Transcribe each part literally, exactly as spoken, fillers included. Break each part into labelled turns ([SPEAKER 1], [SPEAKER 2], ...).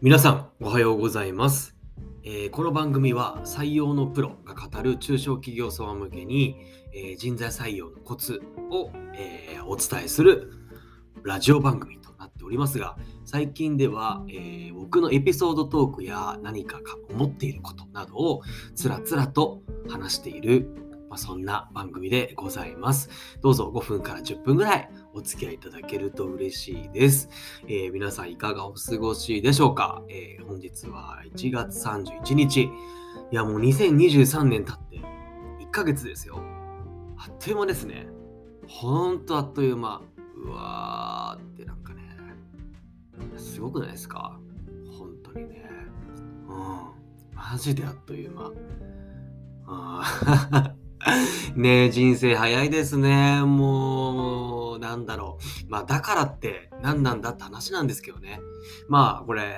[SPEAKER 1] 皆さんおはようございます、えーこの番組は採用のプロが語る中小企業様向けに、えー人材採用のコツを、えーお伝えするラジオ番組となっておりますが、最近では、えー僕のエピソードトークや何かか思っていることなどをつらつらと話している、まあ、そんな番組でございます。どうぞごふんからじゅっぷんぐらいお付き合いいただけると嬉しいです。えー皆さんいかがお過ごしでしょうか。えー本日はいちがつさんじゅういちにち。いやもうにせんにじゅうさんねん経っていっかげつですよ。あっという間ですね。ほんとあっという間。うわーってなんかね、すごくないですか。本当にね。うん。マジであっという間。あーねえ、人生早いですね。もう、なんだろう。まあ、だからって何なんだって話なんですけどね。まあ、これ、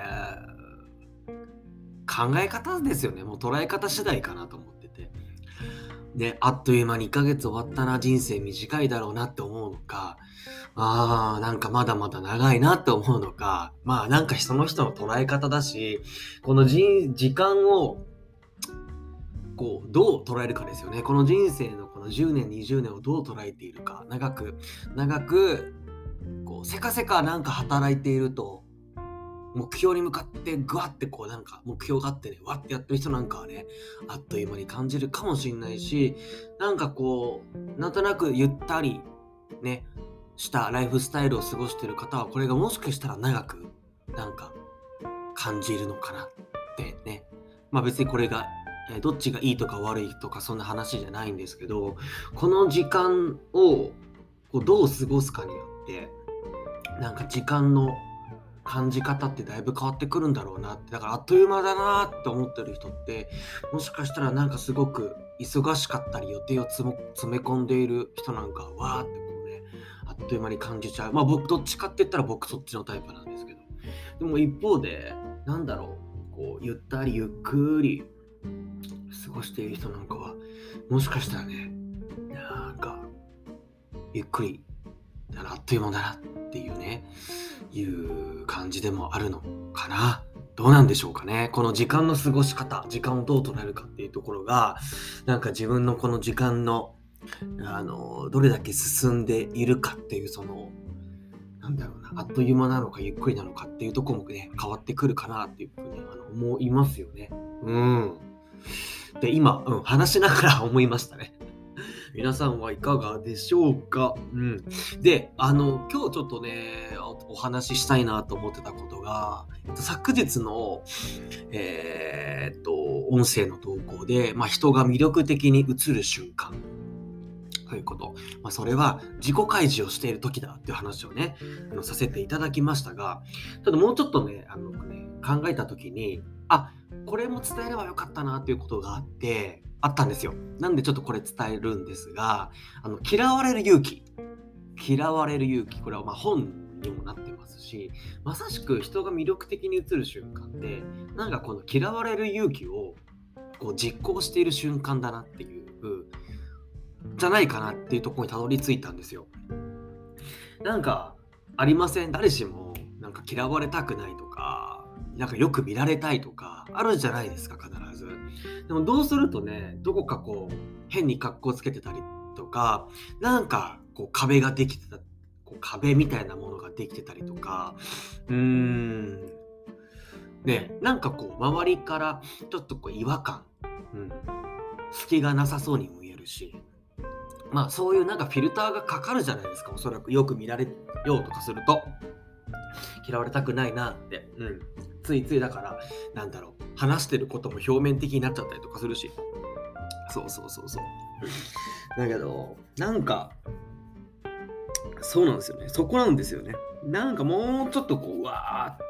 [SPEAKER 1] 考え方ですよね。もう捉え方次第かなと思ってて。で、あっという間にいっかげつ終わったな、人生短いだろうなって思うのか、あー、なんかまだまだ長いなって思うのか、まあなんかその人の捉え方だし、この人時間をこうどう捉えるかですよね。この人生のこのじゅうねん、にじゅうねんをどう捉えているか、長く、長く、こうせかせかなんか働いていると、目標に向かってグワってこうなんか目標があってね、わってやってる人なんかはね、あっという間に感じるかもしれないし、なんかこう、なんとなくゆったりね、したライフスタイルを過ごしている方は、これがもしかしたら長くなんか感じるのかなってね。まあ別にこれが、えーどっちがいいとか悪いとかそんな話じゃないんですけど、この時間をこうどう過ごすかによって、なんか時間の感じ方ってだいぶ変わってくるんだろうなって。だからあっという間だなって思ってる人って、もしかしたらなんかすごく忙しかったり予定をつも詰め込んでいる人なんかはわーってこうね、あっという間に感じちゃう。まあ僕どっちかって言ったら僕そっちのタイプなんですけど。でも一方で、なんだろう、こうゆったりゆっくり過ごしている人なんかは、もしかしたらね、なんかゆっくりだな、あっという間だなっていうね、いう感じでもあるのかな。どうなんでしょうかね。この時間の過ごし方、時間をどう捉えるかっていうところが、なんか自分のこの時間の、あの、どれだけ進んでいるかっていう、その、なんだろうな、あっという間なのかゆっくりなのかっていうところもね、変わってくるかなっていうふうにあの思いますよね。うん。で、今、うん、話しながら思いましたね。皆さんはいかがでしょうか。うん。で、あの、今日ちょっとね、お、お話ししたいなと思ってたことが、えっと昨日の、えーっと、音声の投稿で、まあ、人が魅力的に映る瞬間ということ。まあ、それは自己開示をしている時だっていう話をね、あのさせていただきましたが、ただもうちょっとね、あのね、考えた時に、あ、これも伝えればよかったなっていうことがあって、あったんですよ。なんでちょっとこれ伝えるんですが、あの、嫌われる勇気。嫌われる勇気。これはまあ本にもなってますし、まさしく人が魅力的に映る瞬間って、なんかこの嫌われる勇気をこう実行している瞬間だなっていう、じゃないかなっていうところにたどり着いたんですよ。なんか、ありません？誰しも、なんか嫌われたくないとか、なんかよく見られたいとか、あるじゃないですか、必ず。でもどうするとね、どこかこう、変に格好つけてたりとか、なんかこう壁ができてた、こう壁みたいなものができてたりとか、うーん、ね、なんかこう、周りからちょっとこう違和感、うん、隙がなさそうにも見えるし、まあそういうなんかフィルターがかかるじゃないですか。おそらくよく見られようとかすると。嫌われたくないなって。うん。ついついだから、なんだろう。話してることも表面的になっちゃったりとかするし。そうそうそうそう。だけど、なんか、そうなんですよね。そこなんですよね。なんかもうちょっとこう、うわーって。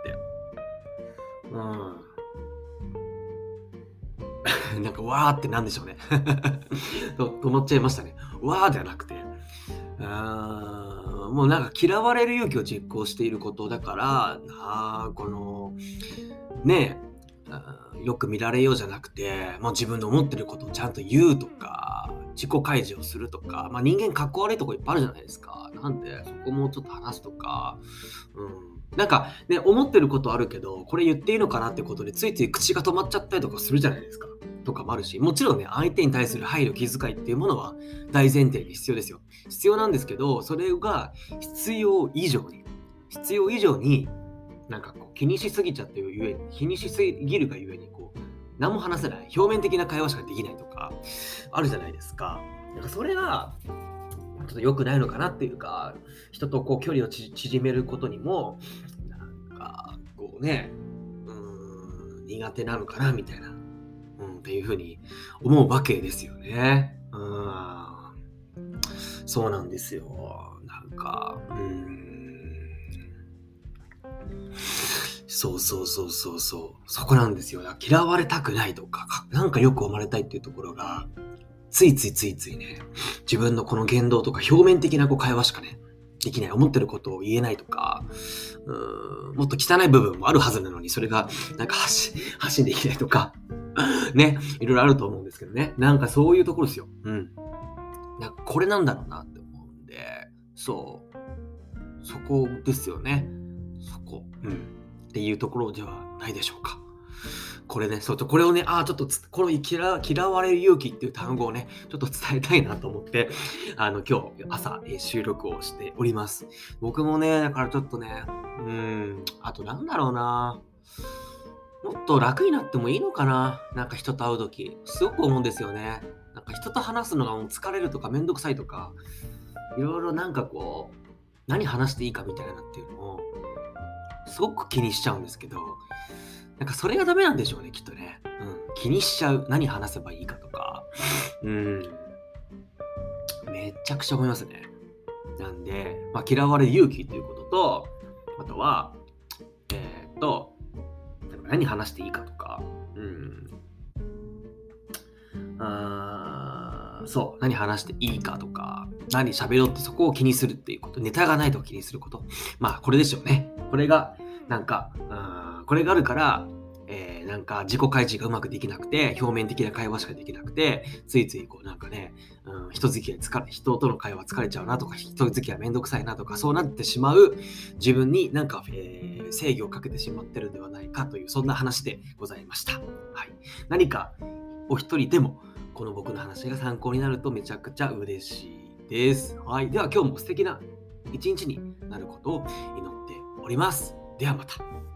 [SPEAKER 1] うん。なんかわーってなんでしょうね。と止まっちゃいましたね。わーじゃなくて。あーもうなんか嫌われる勇気を実行していることだから、あーこのねえ、あーよく見られようじゃなくて、もう自分の思ってることをちゃんと言うとか、自己開示をするとか、まあ人間かっこ悪いとこいっぱいあるじゃないですか。なんでそこもちょっと話すとか、うん、 なんかね、思ってることあるけど、これ言っていいのかなってことで、ついつい口が止まっちゃったりとかするじゃないですか。とかもあるし、もちろんね、相手に対する配慮、気遣いっていうものは大前提に必要ですよ。必要なんですけど、それが必要以上に、必要以上に、なんかこう気にしすぎちゃってるゆえに、気にしすぎるがゆえに、こう、何も話せない、表面的な会話しかできないとか、あるじゃないですか。なんかそれが、ちょっと良くないのかなっていうか、人とこう距離をち縮めることにも、なんかこうね、うーん、苦手なのかなみたいな、うん、っていうふうに思うわけですよね。うん、そうなんですよ。なんか、うーん、そうそうそうそうそう、そこなんですよ。だから嫌われたくないとか、かなんかよく思われたいっていうところが、ついついついついね、自分のこの言動とか表面的なこう会話しかね、できない、思ってることを言えないとか、うーん、もっと汚い部分もあるはずなのに、それがなんか発信、発信できないとか、ね、いろいろあると思うんですけどね。なんかそういうところですよ。うん。なんかこれなんだろうなって思うんで、そう、そこですよね。そこ、うん。っていうところではないでしょうか。これね、そう、これをね、ああ、ちょっとつ、この嫌嫌われる勇気っていう単語をね、ちょっと伝えたいなと思って、あの、今日朝、えー収録をしております。僕もね、だからちょっとね、うーん、あとなんだろうな。もっと楽になってもいいのかな。なんか人と会うとき。すごく思うんですよね。なんか人と話すのがもう疲れるとかめんどくさいとか、いろいろなんかこう、何話していいかみたいなっていうのを、すごく気にしちゃうんですけど、なんかそれがダメなんでしょうね、きっとね。うん。気にしちゃう。何話せばいいかとか。うん。めちゃくちゃ思いますね。なんで、まあ、嫌われる勇気っていうことと、あとは、えーっと、何話していいかとか。うん。あーそう。何話していいかとか。何喋ろうってそこを気にするっていうこと。ネタがないと気にすること。まあ、これでしょうね。これが、なんか、あーこれがあるから、えーなんか自己開示がうまくできなくて、表面的な会話しかできなくて、ついついこうなんかね、うん、人付き合い疲れ、人との会話疲れちゃうなとか、人付き合いめんどくさいなとか、そうなってしまう自分になんか、えー制御をかけてしまってるんではないかという、そんな話でございました。はい。何かお一人でも、この僕の話が参考になるとめちゃくちゃ嬉しいです。はい。では今日も素敵な一日になることを祈っております。ではまた。